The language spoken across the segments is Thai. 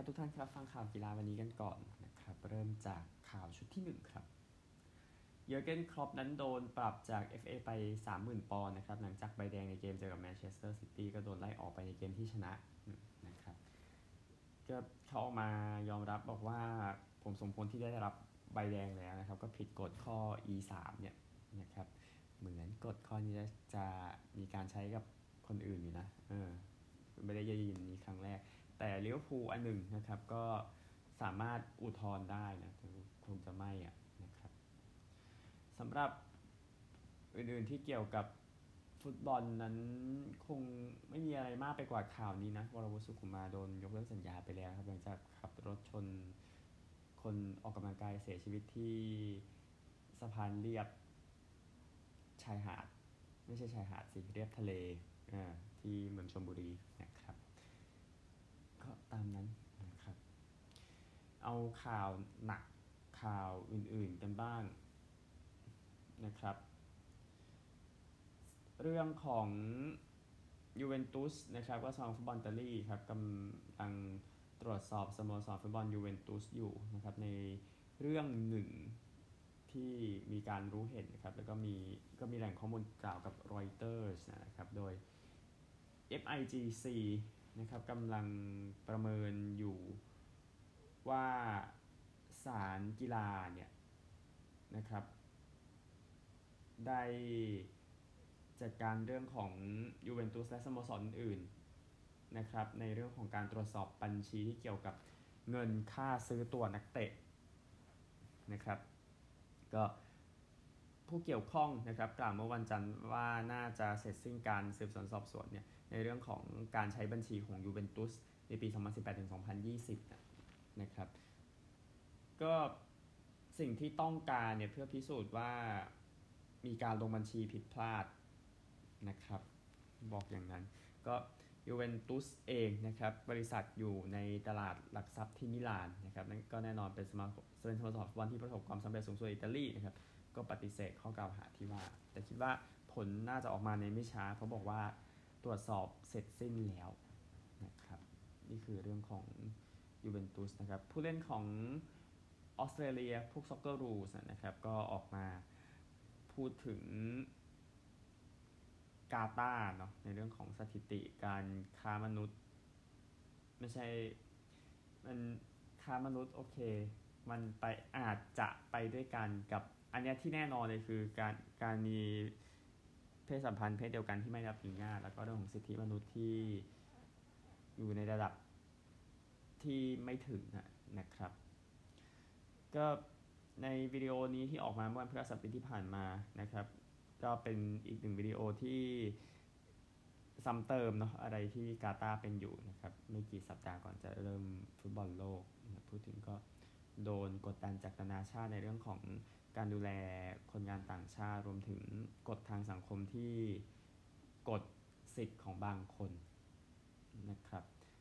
ทุกท่านครับฟังข่าวกีฬาวันนี้กันก่อนนะครับเริ่มจากข่าวชุดที่1ครับเยอร์เกนคล็อปนั้นโดนปรับจาก FA ไป 30,000 ปอนด์นะครับหลังจากใบแดงในเกมเจอกับแมนเชสเตอร์ซิตี้ก็โดนไล่ออกไปในเกมที่ชนะนะครับก็เขาออกมายอมรับบอกว่าผมสมควรที่ได้รับใบแดงแล้วนะครับก็ผิดกฎข้อ E3 เนี่ยนะครับเหมือนกฎข้อนี้จะมีการใช้กับคนอื่นอยู่นะไม่ได้ยินนี้ครั้งแรกแต่ลิเวอร์พูลอันหนึ่งนะครับก็สามารถอุทธรณ์ได้นะแต่คงจะไม่นะครับสำหรับอื่นๆที่เกี่ยวกับฟุตบอลนั้นคงไม่มีอะไรมากไปกว่าข่าวนี้นะวรวุฒิสุขุมารโดนยกเลิกสัญญาไปแล้วครับหลังจากขับรถชนคนออกกำลังกายเสียชีวิตที่สะพานเรียบชายหาดไม่ใช่ชายหาดสิเรียบทะเลที่เมืองชลบุรีนะครับก็ตามนั้นนะครับเอาข่าวหนักข่าวอื่นๆกันบ้างนะครับเรื่องของยูเวนตุสนะครับก็สมาคมฟุตบอลอิตาลีครับกำลังตรวจสอบสโมสรฟุตบอลยูเวนตุสอยู่นะครับในเรื่องหนึ่งที่มีการรู้เห็นนะครับแล้วก็มีแหล่งข้อมูลกล่าวกับรอยเตอร์สนะครับโดย FIGC นะครับกำลังประเมินอยู่ว่าศาลกีฬาเนี่ยนะครับได้จัดการเรื่องของยูเวนตุสและสโมสรอื่นๆนะครับในเรื่องของการตรวจสอบบัญชีที่เกี่ยวกับเงินค่าซื้อตัวนักเตะนะครับก็ผู้เกี่ยวข้องนะครับกล่าวเมื่อวันจันทร์ว่าน่าจะเสร็จสิ้นการสืบสวนสอบสวนเนี่ยในเรื่องของการใช้บัญชีของยูเวนตุสในปี 2018-2020 นะครับก็สิ่งที่ต้องการเนี่ยเพื่อพิสูจน์ว่ามีการลงบัญชีผิดพลาดนะครับบอกอย่างนั้นก็ยูเวนตุสเองนะครับบริษัทอยู่ในตลาดหลักทรัพย์ที่มิลานนะครับนั่นก็แน่นอนเป็นสโมสรฟุตบอลที่ประสบความสำเร็จสูงสุดอิตาลีนะครับก็ปฏิเสธข้อกล่าวหาที่ว่าแต่คิดว่าผลน่าจะออกมาในไม่ช้าเพราะบอกว่าตรวจสอบเสร็จสิ้นแล้วนะครับนี่คือเรื่องของยูเวนตุสนะครับผู้เล่นของออสเตรเลียพวกซ็อกเกอร์รูสนะครับก็ออกมาพูดถึงกาตาร์เนาะในเรื่องของสถิติการค้ามนุษย์ไม่ใช่มันค้ามนุษย์โอเคมันไปอาจจะไปด้วยกันกับอันนี้ที่แน่นอนเลยคือการมีเพศสัมพันธ์เพศเดียวกันที่ไม่ได้รับอนุญาตแล้วก็เรื่องของสิทธิมนุษย์ที่อยู่ในระดับที่ไม่ถึงนะครับก็ในวิดีโอนี้ที่ออกมาเมื่อวันพฤหัสบดีที่ผ่านมานะครับก็เป็นอีกหนึ่งวิดีโอที่ซ้ำเติมเนาะอะไรที่กาตาร์เป็นอยู่นะครับไม่กี่สัปดาห์ก่อนจะเริ่มฟุตบอลโลกพูดถึงก็โดนกดดันจากนานาชาติในเรื่องของการดูแลคนงานต่างชาติรวมถึงกฎทางสังคมที่กดสิทธิ์ของบางคนนะครับ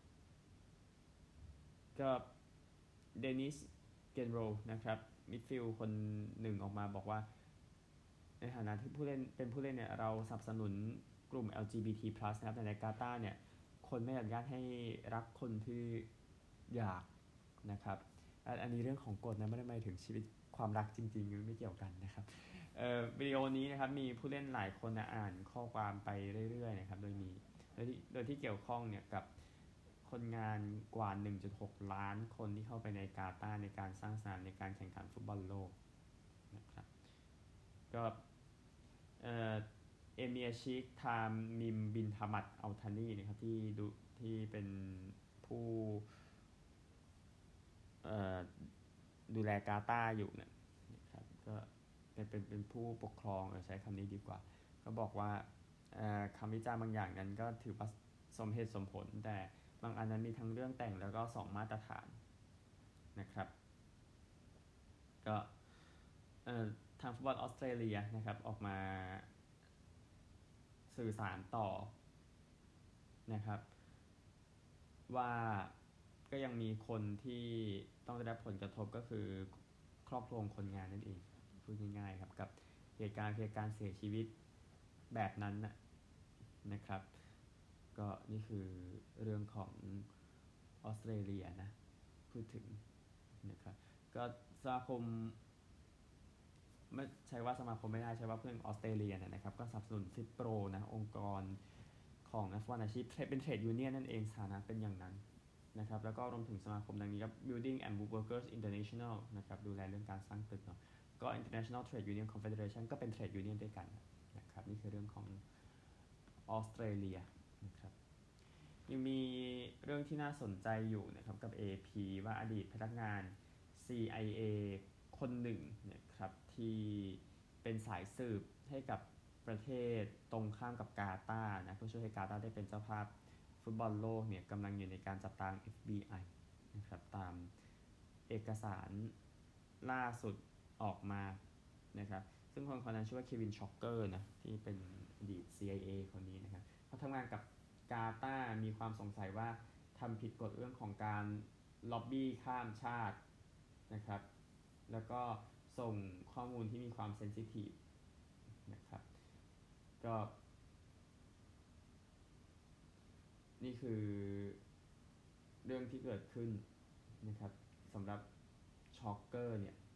ก็เดนิสเกนโรนะครับมิดฟิลด์คนหนึ่งออกมาบอกว่าในฐานะที่เป็นผู้เล่นเนี่ยเราสนับสนุนกลุ่ม LGBT+ นะครับในกาตาร์เนี่ยคนไม่อนุญาตให้รักคนที่อยากนะครับอันนี้เรื่องของกฎนะไม่ได้หมายถึงชีวิตความรักจริงๆไม่เกี่ยวกันนะครับวิดีโอนี้นะครับมีผู้เล่นหลายคนอ่านข้อความไปเรื่อยๆนะครับโดยที่เกี่ยวข้องเนี่ยกับคนงานกว่า 1.6 ล้านคนที่เข้าไปในกาตาร์ในการสร้างสนามในการแข่งขันฟุตบอลโลกนะครับก็เอเมียชิกทามมิมบินทามัดอัลทานีนะครับที่เป็นผู้ดูแลกาตาร์อยู่นะครับก็เป็นผู้ปกครองใช้คำนี้ดีกว่าก็บอกว่าคำวิจารณ์บางอย่างนั้นก็ถือว่าสมเหตุสมผลแต่บางอันนั้นมีทั้งเรื่องแต่งแล้วก็2มาตรฐานนะครับก็ทางฟุตบอลออสเตรเลียนะครับออกมาสื่อสารต่อนะครับว่าก็ยังมีคนที่ต้องได้รับผลกระทบก็คือครอบครัวคนงานนั่นเองพูดง่ายๆครับกับเหตุการณ์เสียชีวิตแบบนั้นนะครับก็นี่คือเรื่องของออสเตรเลียนะพูดถึงนะครับก็สมาคมไม่ใช่ว่าสมาคมไม่ได้ใช่ว่าเพื่อนออสเตรเลียนะครับก็สนับสนุนฟิปโปรนะองค์กรของ F1 อาชีพเป็นเทรดยูเนียนนั่นเองสถานะเป็นอย่างนั้นนะครับแล้วก็รวมถึงสมาคมดังนี้ครับ Building and Workers International นะครับดูแลเรื่องการสร้างตึกเนาะก็ International Trade Union Confederation ก็เป็นเทรดยูเนียนด้วยกันนะครับนี่คือเรื่องของออสเตรเลียนะครับยังมีเรื่องที่น่าสนใจอยู่นะครับกับ AP ว่าอดีตพนักงาน CIA คนหนึ่งนะครับที่เป็นสายสืบให้กับประเทศตรงข้ามกับกาตาร์นะเพื่อช่วยให้กาตาร์ได้เป็นเจ้าภาพฟุตบอลโลกเนี่ยกำลังอยู่ในการจับตาม FBI นะครับตามเอกสารล่าสุดออกมานะครับซึ่งคนนั้นชื่อว่าเควินช็อกเกอร์นะที่เป็นอดีต CIA คนนี้นะครับเขาทำงานกับกาตาร์มีความสงสัยว่าทำผิดกฎเรื่องของการล็อบบี้ข้ามชาตินะครับแล้วก็ส่งข้อมูลที่มีความเซนซิทีฟนะครับก็นี่คือเรื่องที่เกิดขึ้นนะครับสำหรับช็อกเกอร์เนี่ย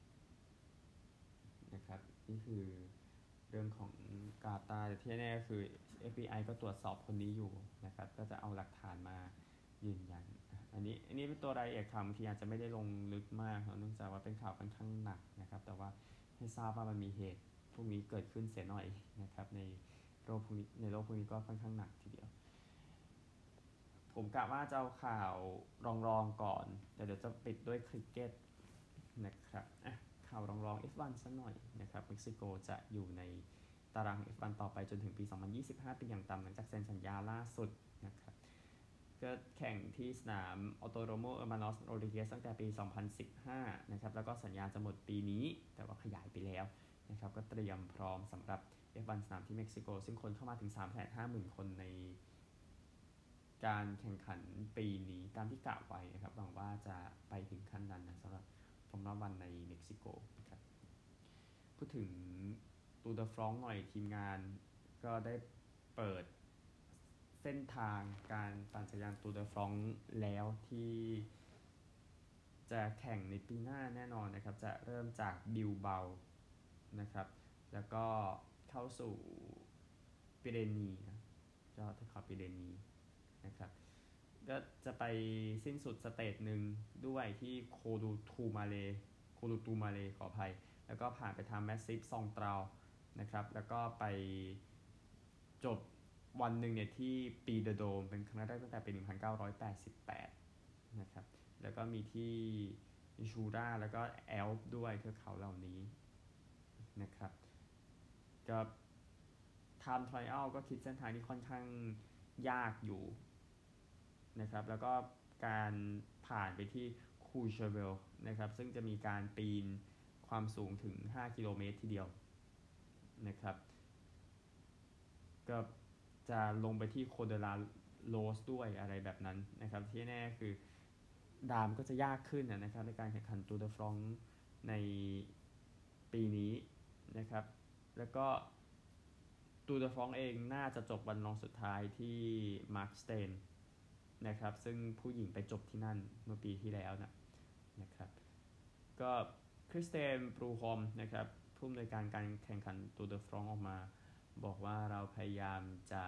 นะครับนี่คือเรื่องของกาตาร์ที่แน่คือ FBI ก็ตรวจสอบคนนี้อยู่นะครับก็จะเอาหลักฐานมายืนยันอันนี้เป็นตัวรายละเอียดข่าวบางทีอาจจะไม่ได้ลงลึกมากเนื่องจากว่าเป็นข่าวค่อนข้างหนักนะครับแต่ว่าให้ทราบว่ามันมีเหตุพวกนี้เกิดขึ้นเสียหน่อยนะครับในโลกพวกนี้ก็ค่อนข้างหนักทีเดียวผมกะว่าจะเอาข่าวรองก่อนแต่เดี๋ยวจะปิดด้วยคริกเก็ตนะครับข่าวรอง F1 ซะหน่อยนะครับเม็กซิโกจะอยู่ในตาราง F1 ต่อไปจนถึงปี 2025 เป็นอย่างต่ำหลังจากเซ็นสัญญาล่าสุดนะครับก็แข่งที่สนามออโตโรโมเออร์มานอสโรดริเกสตั้งแต่ปี 2015 นะครับแล้วก็สัญญาจะหมดปีนี้แต่ว่าขยายไปแล้วนะครับก็เตรียมพร้อมสำหรับ F1 สนามที่เม็กซิโกซึ่งคนเข้ามาถึง 350,000 คนในการแข่งขันปีนี้ตามที่กล่าวไว้นะครับหวังว่าจะไปถึงขั้นนั้นนะสำหรับฟอร์มูล่าวันในเม็กซิโกนะครับพูดถึงตูดฟรองหน่อยทีมงานก็ได้เปิดเส้นทางการปั่นจักรยานตูดฟรองแล้วที่จะแข่งในปีหน้าแน่นอนนะครับจะเริ่มจากบิลเบานะครับแล้วก็เข้าสู่ปิเรนีนะเจ้าเทือกเขาปิเรนีนะครับก็จะไปสิ้นสุดสเตจหนึ่งด้วยที่โคดูตูมาเลขออภัยแล้วก็ผ่านไปทางแมสซิฟซองตราวนะครับแล้วก็ไปจบวันหนึ่งเนี่ยที่ปีเดโดมเป็นครั้งแรกตั้งแต่ปี 1988 นะครับแล้วก็มีที่ชูราแล้วก็แอลป์ด้วยเทือกเขาเหล่านี้นะครับก็ไทม์ทริอัลก็คิดเส้นทางที่ค่อนข้างยากอยู่นะครับแล้วก็การผ่านไปที่คูเชเวลนะครับซึ่งจะมีการปีนความสูงถึง5กิโลเมตรทีเดียวนะครับก็จะลงไปที่โคเดลาโรสด้วยอะไรแบบนั้นนะครับที่แน่คือดามก็จะยากขึ้นนะครับในการแข่งขันตูเดอฟรองในปีนี้นะครับแล้วก็ตูเดอฟรองเองน่าจะจบวันรองสุดท้ายที่มาร์คสเตนนะครับซึ่งผู้หญิงไปจบที่นั่นเมื่อปีที่แล้วนะครับก็คริสเตนบรูฮอมนะครับผู้อำนวยการแข่งขันตูเดอฟรองออกมาบอกว่าเราพยายามจะ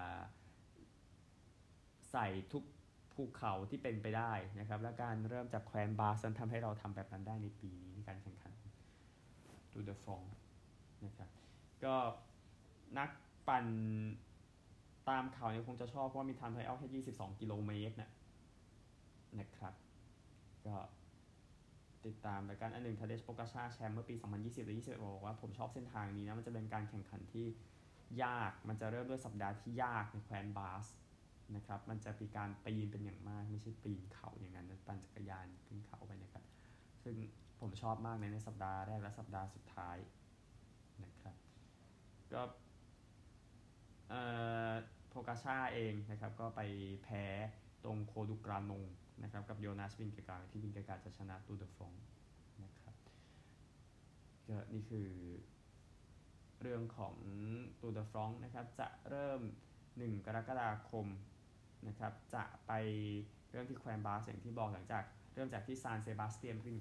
ใส่ทุกภูเขาที่เป็นไปได้นะครับและการเริ่มจากแคว้นบาสทำให้เราทำแบบนั้นได้ในปีนี้ในการแข่งขันตูเดอฟรองนะครับก็นักปั่นตามเขาเนี่ยคงจะชอบเพราะมีไทม์ไทรอัลแค่22กิโลเมตรนะครับก็ติดตามรายการอันหนึ่งทาเดชโปกาชาแชมป์เมื่อปี 2020 และ21บอกว่าผมชอบเส้นทางนี้นะมันจะเป็นการแข่งขันที่ยากมันจะเริ่มด้วยสัปดาห์ที่ยากในแคว้นบาสนะครับมันจะมีการปีนเป็นอย่างมากไม่ใช่ปีนเขาอย่างนั้นปั่นจักรยานขึ้นเขาไปนะครับซึ่งผมชอบมากในสัปดาห์แรกและสัปดาห์สุดท้ายนะครับก็โพกาชาเองนะครับก็ไปแพ้ตรงโคดูกรานงนะครับกับโยนาสวินเกกาที่วินเกกาจะชนะตูเดอฟองนะครับก็นี่คือเรื่องของตูเดอฟองนะครับจะเริ่ม1 กรกฎาคมนะครับจะไปเริ่มที่แคว้นบาสอย่างที่บอกหลังจากเริ่มจากที่ซานเซบาสเตียนปี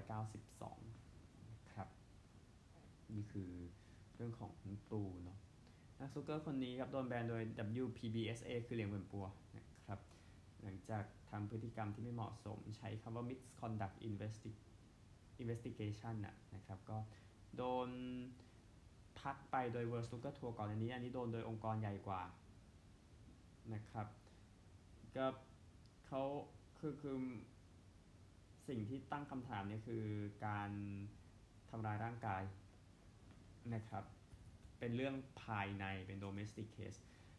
1992ครับนี่คือเรื่องของตูเนาะนักสนุกเกอร์คนนี้ครับโดนแบนโดย WPBSA คือเหลียงเหวินปัวนะครับหลังจากทำพฤติกรรมที่ไม่เหมาะสมใช้คำว่า misconduct investigation นะครับก็โดนพักไปโดย World Snooker Tour ก่อนอันนี้โดนโดยองค์กรใหญ่กว่านะครับก็เขาคือสิ่งที่ตั้งคำถามเนี่ยคือการทำร้ายร่างกายนะครับเป็นเรื่องภายในเป็น domestic case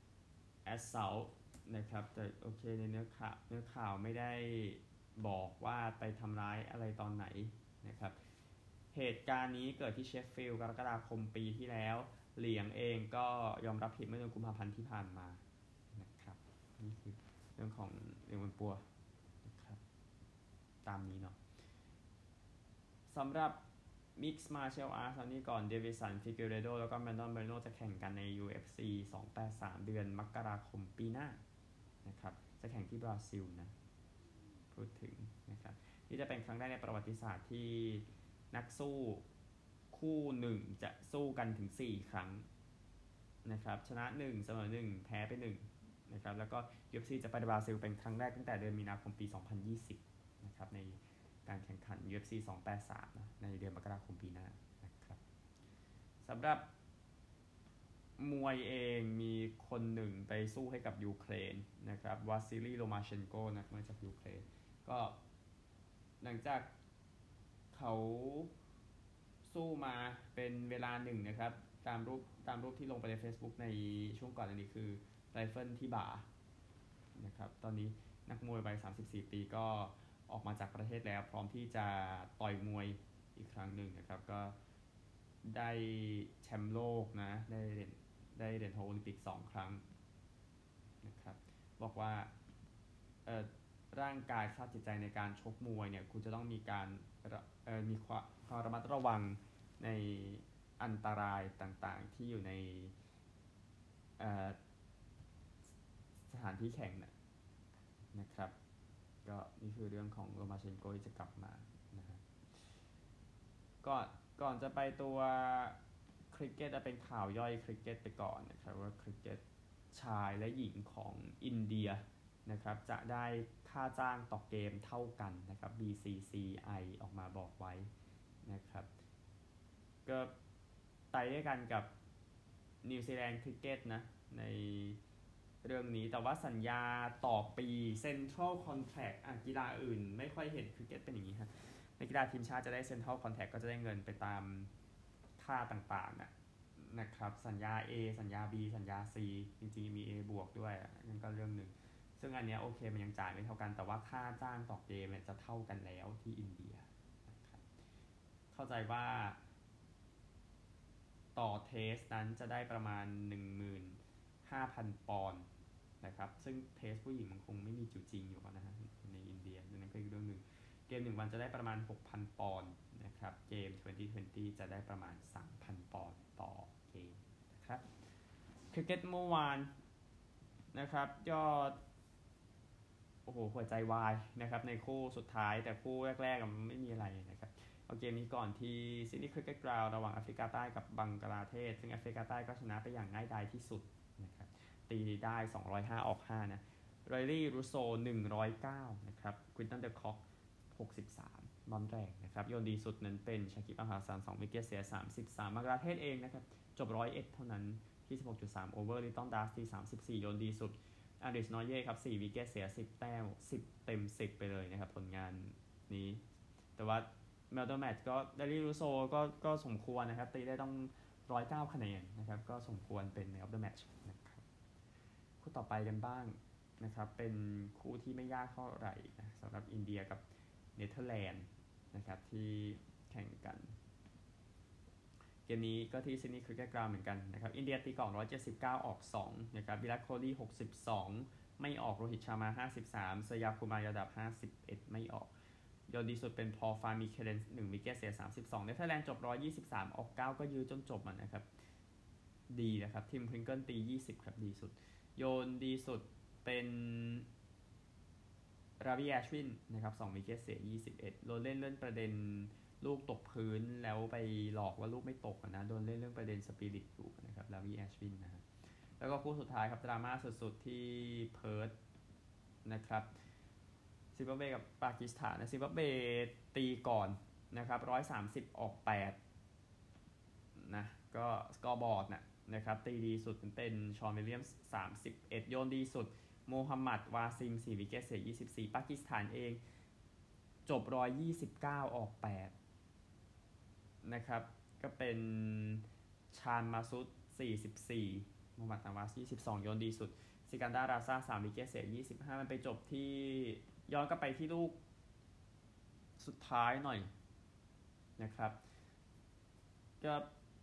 assault นะครับแต่โอเคในเนื้อข่าวไม่ได้บอกว่าไปทำร้ายอะไรตอนไหนนะครับเหตุการณ์นี้เกิดที่เชฟฟิลด์กรกฎาคมปีที่แล้วเหลียงเองก็ยอมรับผิดเมื่อเดือนกุมภาพันธ์ที่ผ่านมานะครับนี่คือเรื่องของเหลียงเหวินปัวนะครับตามนี้เนาะสำหรับ Mixed Martial Arts นี่ก่อนเดวิสันฟิกิเรโดแล้วก็แมนดอนเบรโนจะแข่งกันใน UFC 283เดือนมกราคมปีหน้านะครับจะแข่งที่บราซิลนะพูดถึงนะครับนี่จะเป็นครั้งแรกในประวัติศาสตร์ที่นักสู้คู่หนึ่งจะสู้กันถึง4ครั้งนะครับชนะ1เสมอ1แพ้ไป1นะครับแล้วก็ UFC จะไปบราซิลเป็นครั้งแรกตั้งแต่เดือนมีนาคมปี2020นะครับในการแข่งขัน UFC 283นะในเดือนมกราคมปีหน้านะครับสำหรับมวยเองมีคนหนึ่งไปสู้ให้กับยูเครนนะครับวาซิลีโลมาเชนโกนะมาจากยูเครนก็หลังจากเขาสู้มาเป็นเวลาหนึ่งนะครับตามรูปที่ลงไปใน Facebook ในช่วงก่อนอันนี้คือไรเฟิลที่บ่านะครับตอนนี้นักมวยวัย34ปีก็ออกมาจากประเทศแล้วพร้อมที่จะต่อยมวยอีกครั้งหนึ่งนะครับก็ได้แชมป์โลกนะได้เหรียญทองโอลิมปิก2ครั้งนะครับบอกว่าร่างกายสภาพจิตใจในการชกมวยเนี่ยคุณจะต้องมีการมีความระมัดระวังในอันตรายต่างๆที่อยู่ในสถานที่แข่งนะครับก็นี่คือเรื่องของโลมาเชนโกที่จะกลับมานะฮะก่อนจะไปตัวคริกเก็ตเป็นข่าวย่อยคริกเก็ตไปก่อนนะครับว่าคริกเก็ตชายและหญิงของอินเดียนะครับจะได้ค่าจ้างต่อเกมเท่ากันนะครับ BCCI ออกมาบอกไว้นะครับก็ไต่ด้วยกันกับนิวซีแลนด์คริกเก็ตนะในเรื่องนี้แต่ว่าสัญญาต่อปี Central Contract กีฬาอื่นไม่ค่อยเห็นคริกเก็ตเป็นอย่างนี้ครับในกีฬาทีมชาติจะได้ Central Contract ก็จะได้เงินไปตามค่าต่างๆนะครับสัญญา A สัญญา B สัญญา C จริงๆมี A บวกด้วยนั่นก็เรื่องหนึ่งซึ่งอันนี้โอเคมันยังจ่ายไม่เท่ากันแต่ว่าค่าจ้างต่อเกมจะเท่ากันแล้วที่อินเดียนะครับเข้าใจว่าต่อเทสนั้นจะได้ประมาณ 15,000 ปอนด์นะครับซึ่งเทสผู้หญิงมันคงไม่มีจูจริงอยู่นะฮะในอินเดียนั่นก็อีกเรื่องหนึ่งเกม1วันจะได้ประมาณ 6,000 ปอนด์นะครับเกม2020จะได้ประมาณ 3,000 ปอนด์ต่อเกมนะครับคริกเก็ตเมื่อวานนะครับยอดโอ้โหหัวใจวายนะครับในคู่สุดท้ายแต่คู่แรกๆไม่มีอะไรนะครับเอาเกมนี้ก่อนที่ซิดนีย์คริกเก็ตกราวด์ระหว่างแอฟริกาใต้กับบังกลาเทศซึ่งแอฟริกาใต้ก็ชนะไปอย่างง่ายดายที่สุดนะครับตีได้205ออก5นะไรลี่รูโซ109นะครับควินตันเดอร์ค็อก63บอลแรกนะครับโยนดีสุดนั้นเป็นชาคิบ อัลฮาซัน2วิกเก็ตเสีย33บังกลาเทศเองนะครับจบ101เท่านั้นที่ 16.3 โอเวอร์ลิตตันดัสที่34โยนดีสุดอาริสนอยเย่ครับ4วิกเก็ตเสีย10แต้ม10เต็ม10ไปเลยนะครับผลงานนี้แต่ว่าเมลเดอร์แมตช์ก็เดลี่รูโซก็สมควรนะครับตีได้ต้อง109คะแนนนะครับก็สมควรเป็นแมลเดอร์แมตช์นะครับคู่ต่อไปกันบ้างนะครับเป็นคู่ที่ไม่ยากเท่าไหร่นะสำหรับอินเดียกับเนเธอร์แลนด์นะครับที่แข่งกันเกมนี้ก็ที่ซิดนีย์คริกเก็ตกราวด์เหมือนกันนะครับอินเดียตีก่อน179ออก2นะครับวิรัตโคลี62ไม่ออกโรหิตชามา53เซยาคุมายาดับ51ไม่ออกโยนดีสุดเป็นพอฟามีเคเลน1วิกเก็ตเสีย32เนเธอร์แลนด์จบ123ออก9ก็ยื้อจนจบนะครับดีนะครับทีมพริงเกิลตี20ครับดีสุดโยนดีสุดเป็นราวิแอชวินนะครับ2วิกเก็ตเสีย21โดนเล่นเรื่องประเด็นลูกตกพื้นแล้วไปหลอกว่าลูกไม่ตกนะโดนเล่นเรื่องประเด็นสปิริตอยู่นะครับราวิแอชวินนะครับแล้วก็คู่สุดท้ายครับดราม่าสุดๆที่เพิร์ธนะครับซิมบับเวกับปากีสถานนะซิมบับเวตีก่อนนะครับ130ออก8นะก็สกอร์บอร์ดนะครับตีดีสุดเป็นชอนวิลเลียมส์31โยนดีสุดโมฮัมหมัดวาซิม4วิกเก็ตเสีย24ปากีสถานเองจบ129ออก8นะครับก็เป็นชานมาซุด44โมฮัมหมัดนาวาส22โยนดีสุดซิกันดาราซา3วิกเก็ตเสีย25มันไปจบที่ย้อนกลับไปที่ลูกสุดท้ายหน่อยนะครับก็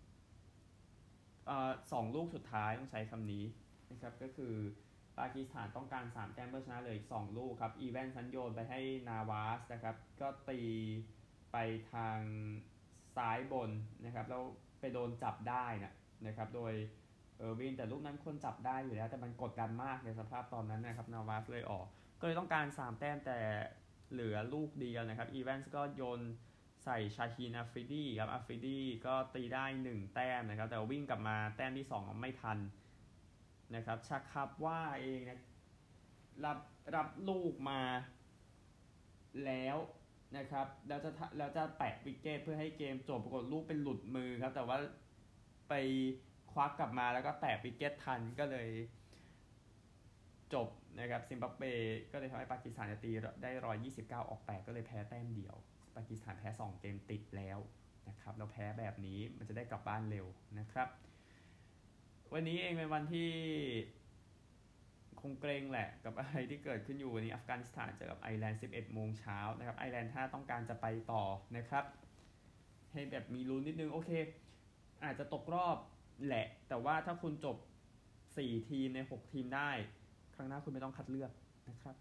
2ลูกสุดท้ายต้องใช้คำนี้นะครับก็คือปากีสถานต้องการ3แต้มเพื่อชนะเลยอีก2ลูกครับอีแวนซันโยนไปให้นาวาสนะครับก็ตีไปทางซ้ายบนนะครับแล้วไปโดนจับได้นะครับโดยวินแต่ลูกนั้นคนจับได้อยู่แล้วแต่มันกดดันมากในสภาพตอนนั้นนะครับนาวาสเลยออกก็เลยต้องการ3แต้มแต่เหลือลูกเดียวนะครับอีแวนส์ก็โยนใส่ชาฮีนอัฟริดีครับอัฟริดีก็ตีได้1แต้มนะครับแต่วิ่งกลับมาแต้มที่2ไม่ทันนะครับชักคับว่าเองนะรับลูกมาแล้วนะครับแล้วจะแปะวิกเก็ตเพื่อให้เกมจบปรากฏลูกเป็นหลุดมือครับแต่ว่าไปควักกลับมาแล้วก็แตะวิกเก็ตทันก็เลยจบนะครับซิมบับเวก็เลยทำให้ปากีสถานตีได้129ออก8ก็เลยแพ้แต้มเดียวปากีสถานแพ้2เกมติดแล้วนะครับเราแพ้แบบนี้มันจะได้กลับบ้านเร็วนะครับวันนี้เองเป็นวันที่คงเกรงแหละกับอะไรที่เกิดขึ้นอยู่วันนี้อัฟกานิสถานเจอกับไอร์แลนด์ 11 โมงเช้านะครับไอร์แลนด์ถ้าต้องการจะไปต่อนะครับให้แบบมีลุ้นนิดนึงโอเคอาจจะตกรอบแหละแต่ว่าถ้าคุณจบ4ทีมใน6ทีมได้ครั้งหน้าคุณไม่ต้องคัดเลือกนะครับ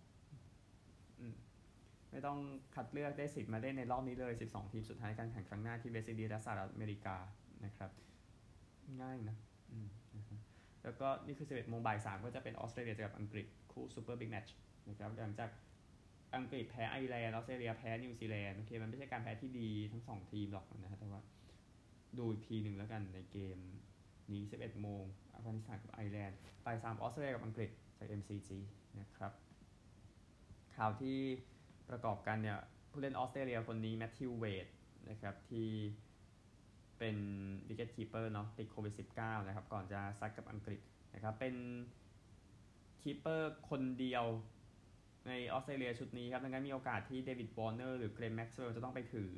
ไม่ต้องคัดเลือกได้สิทธิ์มาเล่นในรอบนี้เลย12ทีมสุดท้ายการแข่งครั้งหน้าที่เวสต์อินดีสและสหรัฐอเมริกานะครับง่ายนะแล้วก็นี่คือ 11 โมงบ่าย 3ก็จะเป็นออสเตรเลียเจอกับอังกฤษคู่ซูเปอร์บิ๊กแมตช์นะครับหลังจากอังกฤษแพ้ไอร์แลนด์ออสเตรเลียแพ้นิวซีแลนด์โอเคมันไม่ใช่การแพ้ที่ดีทั้ง2ทีมหรอกนะแต่ว่าดูอีกทีหนึ่งแล้วกันในเกมนี้ 11 โมงอัฟกานิสถานกับไอร์แลนด์บ่าย 3ออสเตรเลียกับอังกฤษจาก MCG นะครับข่าวที่ประกอบกันเนี่ยผู้เล่นออสเตรเลียคนนี้แมทธิวเวดนะครับที่เป็นวิกเก็ตคีปเปอร์เนาะติดโควิด -19 นะครับก่อนจะซัดกับอังกฤษนะครับเป็นคีปเปอร์คนเดียวในออสเตรเลียชุดนี้ครับดังนั้นมีโอกาสที่เดวิดวอร์เนอร์หรือเกรนแม็กซ์เวลล์จะต้องไปถือ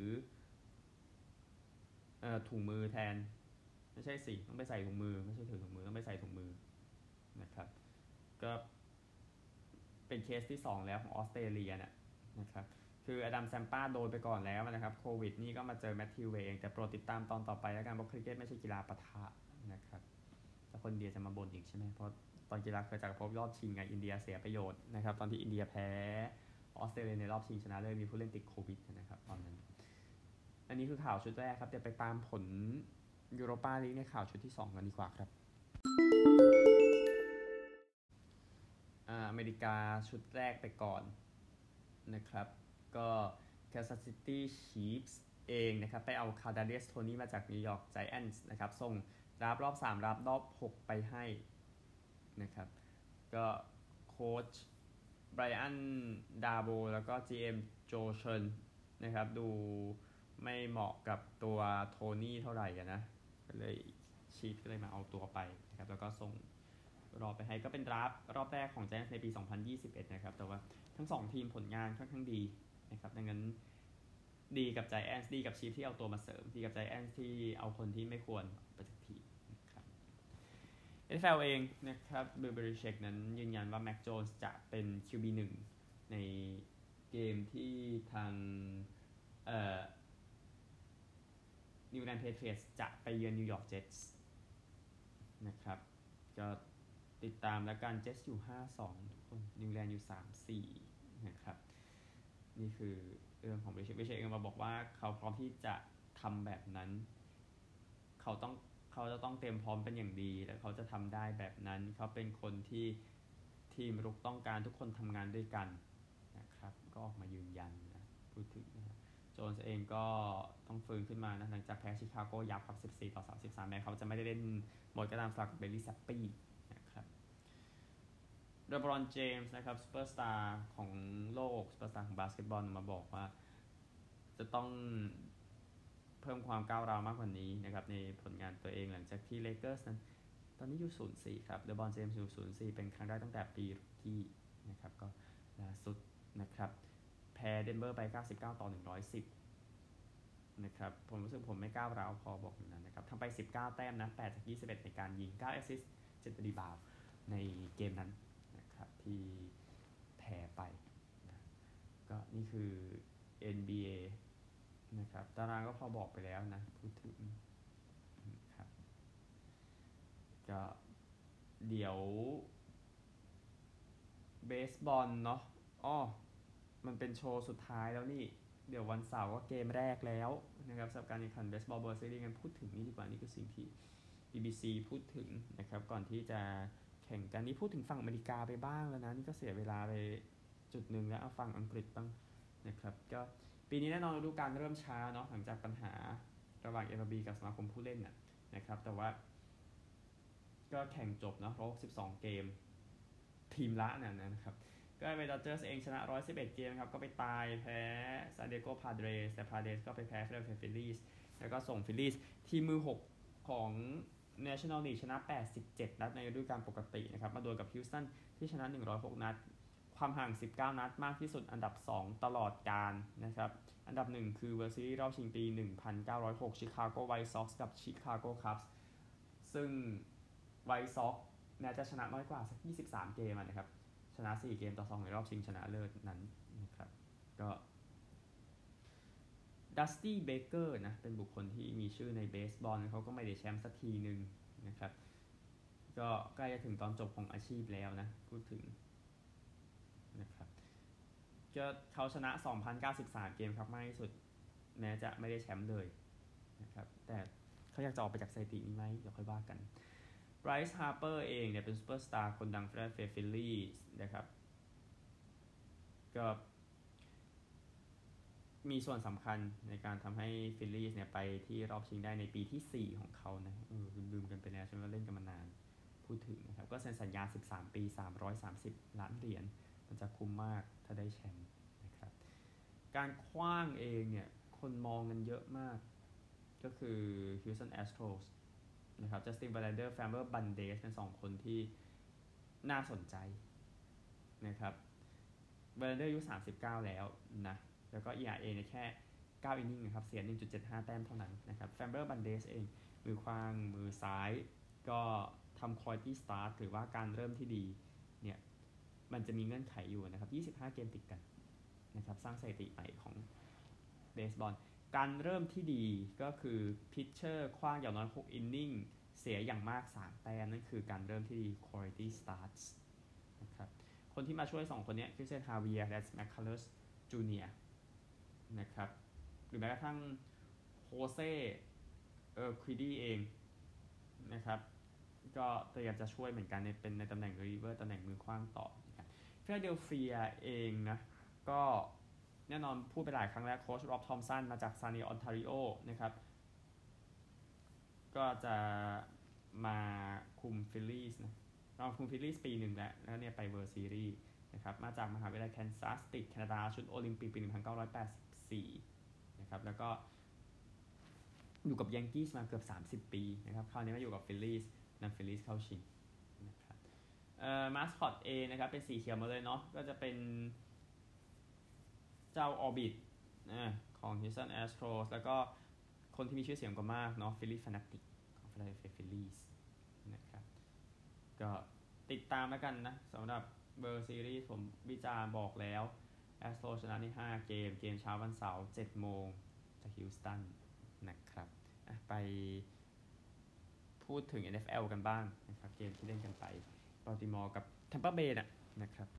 ถุงมือแทนไม่ใช่สิต้องไปใส่ถุงมือไม่ใช่ถือถุงมือต้องไปใส่ถุงมือนะครับก็เป็นเคสที่2แล้วของออสเตรเลียนะครับคืออดัมแซมป้าโดนไปก่อนแล้วนะครับโควิดนี่ก็มาเจอแมทธิวเวย์เองแต่โปรดติดตามตอนต่อไปแล้วกันเพราะคริกเก็ตไม่ใช่กีฬาปะทะนะครับแต่คนอินเดียจะมาบ่นอีกใช่ไหมเพราะตอนกีฬาเคยจากพบรอบชิงอินเดียเสียประโยชน์นะครับตอนที่อินเดียแพ้ออสเตรเลียในรอบชิงชนะเลยมีผู้เล่นติดโควิดนะครับตอนนั้นอันนี้คือข่าวชุดแรกครับเดี๋ยวไปตามผลยูโรปาลีกในข่าวชุดที่2กันดีกว่าครับอเมริกาชุดแรกไปก่อนนะครับก็ Kansas City Chiefs เองนะครับไปเอา Kadarius Toney มาจาก New York Giants นะครับส่งรับรอบ3รับรอบ6ไปให้นะครับก็โค้ชไบรอันดาโบแล้วก็ GM โจเชิญนะครับดูไม่เหมาะกับตัวโทนี่เท่าไหร่นะก็เลยชีฟก็เลยมาเอาตัวไปนะครับแล้วก็ส่งรอไปให้ก็เป็นรอบแรกของ Giants ในปี 2021 นะครับแต่ว่าทั้ง2ทีมผลงานค่อนข้างดีนะครับดังนั้นดีกับ Giants ดีกับ Chiefs ที่เอาตัวมาเสริมดีกับ Giants ที่เอาคนที่ไม่ควรไปจากทีมนะครับ NFL เองนะครับบิล เบลิเชคนั้นยืนยันว่าแม็กโจนส์จะเป็น QB1 ในเกมที่ทางนิวแลนด์เพเทรียตจะไปเยือนนิวยอร์กเจ็ตส์นะครับก็ติดตามแล้วกันเจ็ตส์อยู่ 5-2 ทุกคนนิวแลนด์อยู่ 3-4 นะครับนี่คือเรื่องของเบลิเชคเองมาบอกว่าเขาพร้อมที่จะทำแบบนั้นเขาจะต้องเตรียมพร้อมเป็นอย่างดีและเขาจะทำได้แบบนั้นเขาเป็นคนที่ทีมรุกต้องการทุกคนทำงานด้วยกันนะครับนะครับก็ออกมายืนยันนะพูดถึงนะครับโจนส์เองก็ต้องฟื้นขึ้นมานะหลังจากแพ้ชิคาโกยับครับ14-33แม้เขาจะไม่ได้เล่นหมดก็ตามฝากเบลลี่แซปปี้นะครับเลบรอนเจมส์นะครับซูเปอร์สตาร์ของโลกซูเปอร์สตาร์ของบาสเกตบอลมาบอกว่าจะต้องเพิ่มความก้าวร้าวมากกว่านี้นะครับในผลงานตัวเองหลังจากที่เลเกอร์สนั้นตอนนี้อยู่ 0-4 ครับเลบรอนเจมส์อยู่ 0-4 เป็นครั้งแรกตั้งแต่ปีที่นะครับก็ล่าสุดนะครับแพ้เดนเวอร์ไป99-110นะครับผมรู้สึกผมไม่ก้าวร้าวพอบอกอย่างนั้นนะครับทำไป19แต้มนะ8จาก21ในการยิง9แอสซิสต์7รีบาวด์ในเกมนั้นนะครับที่แพ้ไปนะก็นี่คือ NBA นะครับตารางก็พอบอกไปแล้วนะพูดถึงครับก็เดี๋ยวเบสบอลเนาะอ้อมันเป็นโชว์สุดท้ายแล้วนี่เดี๋ยววันเสาร์ก็เกมแรกแล้วนะครับสำหรับการแข่งขันเบสบอลเวิลด์ซีรีส์กันพูดถึงนี่ดีกว่านี่คือสิ่งที่ BBC พูดถึงนะครับก่อนที่จะแข่งกันนี่พูดถึงฝั่งอเมริกาไปบ้างแล้วนะนี่ก็เสียเวลาไปจุดหนึ่งแล้วเอาฝั่งอังกฤษบ้างนะครับก็ปีนี้แน่นอนฤดูกาลเริ่มช้าเนาะหลังจากปัญหาระหว่าง MLB กับสมาคมผู้เล่นนะครับแต่ว่าก็แข่งจบเนาะ162เกมทีมละนะครับก็เป็นดอจเจอร์สเองชนะ111เกมครับก็ไปตายแพ้ซานดิเอโกพาเดรสแต่พาเดรสก็ไปแพ้ฟิลาเดลเฟียฟิลลี่แล้วก็ส่งฟิลลี่ทีมมือ6ของ National League ชนะ87นัดในฤดูกาลปกตินะครับมาโดนกับฮิลสตันที่ชนะ106นัดความห่าง19นัดมากที่สุดอันดับ2ตลอดกาลนะครับอันดับ1คือ World Series รอบชิงปี1906 Chicago White Sox กับ Chicago Cubs ซึ่ง White Sox แม้จะชนะน้อยกว่าสัก23เกมนะครับชนะ4เกมต่อ2ในรอบชิงชนะเลิศนั้นนะครับก็ดัสตี้เบเกอร์นะเป็นบุคคลที่มีชื่อในเบสบอลเขาก็ไม่ได้แชมป์สักทีหนึ่งนะครับก็ใกล้จะถึงตอนจบของอาชีพแล้วนะพูดถึงนะครับก็เขาชนะ 2,093 เกมครับมากที่สุดแม้จะไม่ได้แชมป์เลยนะครับแต่เขาอยากจะออกไปจากสถิตินี้ไหมเดี๋ยวค่อยว่ากันไรซ์ฮาร์เปอร์เองเนี่ยเป็นซูเปอร์สตาร์คนดังฟิลาเดลเฟียฟิลลี่นะครับก็มีส่วนสำคัญในการทำให้ฟิลลี่เนี่ยไปที่รอบชิงได้ในปีที่4ของเขานะลืมกันไปแล้วใช่ไหมว่าเล่นกันมานานพูดถึงนะครับก็เซ็นสัญญา13ปี330ล้านเหรียญมันจะคุ้มมากถ้าได้แชมป์นะครับการคว้างเองเนี่ยคนมองกันเยอะมากก็คือ Houston Astros นะครับจัสติน เวอร์แลนเดอร์แฟมเบอร์บันเดสเป็น2คนที่น่าสนใจนะครับเวอร์แลนเดอร์อายุ39แล้วนะแล้วก็ ERA เนี่ยแค่9อินนิ่งนะครับเสีย 1.75 แต้มเท่านั้นนะครับแฟมเบอร์บันเดสเองมือขวางมือซ้ายก็ทำ quality start หรือว่าการเริ่มที่ดีเนี่ยมันจะมีเงื่อนไขอยู่นะครับ25เกมติดกันนะครับสร้างสถิติใหม่ของเบสบอลการเริ่มที่ดีก็คือพิชเชอร์ขว้างอย่างน้อย6อินนิ่งเสียอย่างมาก3แต้มนั่นคือการเริ่มที่ดี quality starts นะครับคนที่มาช่วย2คนนี้คริสเตียนฮาเวียร์และแมคคัลเลอร์สจูเนียร์นะครับหรือแม้กระทั่งโฮเซ่ควิดี้เองนะครับก็เตรียมจะช่วยเหมือนกันเป็นในตำแหน่งรีเวอร์ตำแหน่งมือขว้างต่อนะครับฟิลาเดลเฟียเองนะก็แน่นอนพูดไปหลายครั้งแล้วโค้ชร็อบทอมสันมาจากซานนิออนทาริโอนะครับก็จะมาคุมฟิลลี่นะเราคุมฟิลลี่ปีหนึ่งแล้วเนี่ยไปเวิลด์ซีรีส์นะครับมาจากมหาวิทยาลัยแคนซัสติดแคนาดาชุดโอลิมปิกปี1984นะครับแล้วก็อยู่กับยังกี้ส์มาเกือบ30ปีนะครับคราวนี้มาอยู่กับฟิลลี่นำฟิลลี่เข้าชิงนะครับมาสคอตเองนะครับเป็นสีเขียวมาเลยเนาะก็จะเป็นเจ้าออร์บิทของ Houston Astros แล้วก็คนที่มีชื่อเสียงกว่ามากเนาะ Phillie Phanatic ของ Philadelphia Phillies นะครับก็ติดตามแล้วกันนะสำหรับเบอร์ซีรีส์ผมวิจารณ์บอกแล้ว Astros ชนะใน5เกมเช้าวันเสาร์ 7 โมงจากฮิลสตันนะครับไปพูดถึง NFL กันบ้างนะครับเกมที่เล่นกันไปบัลติมอร์กับแทมเปอร์เบย์นะครับ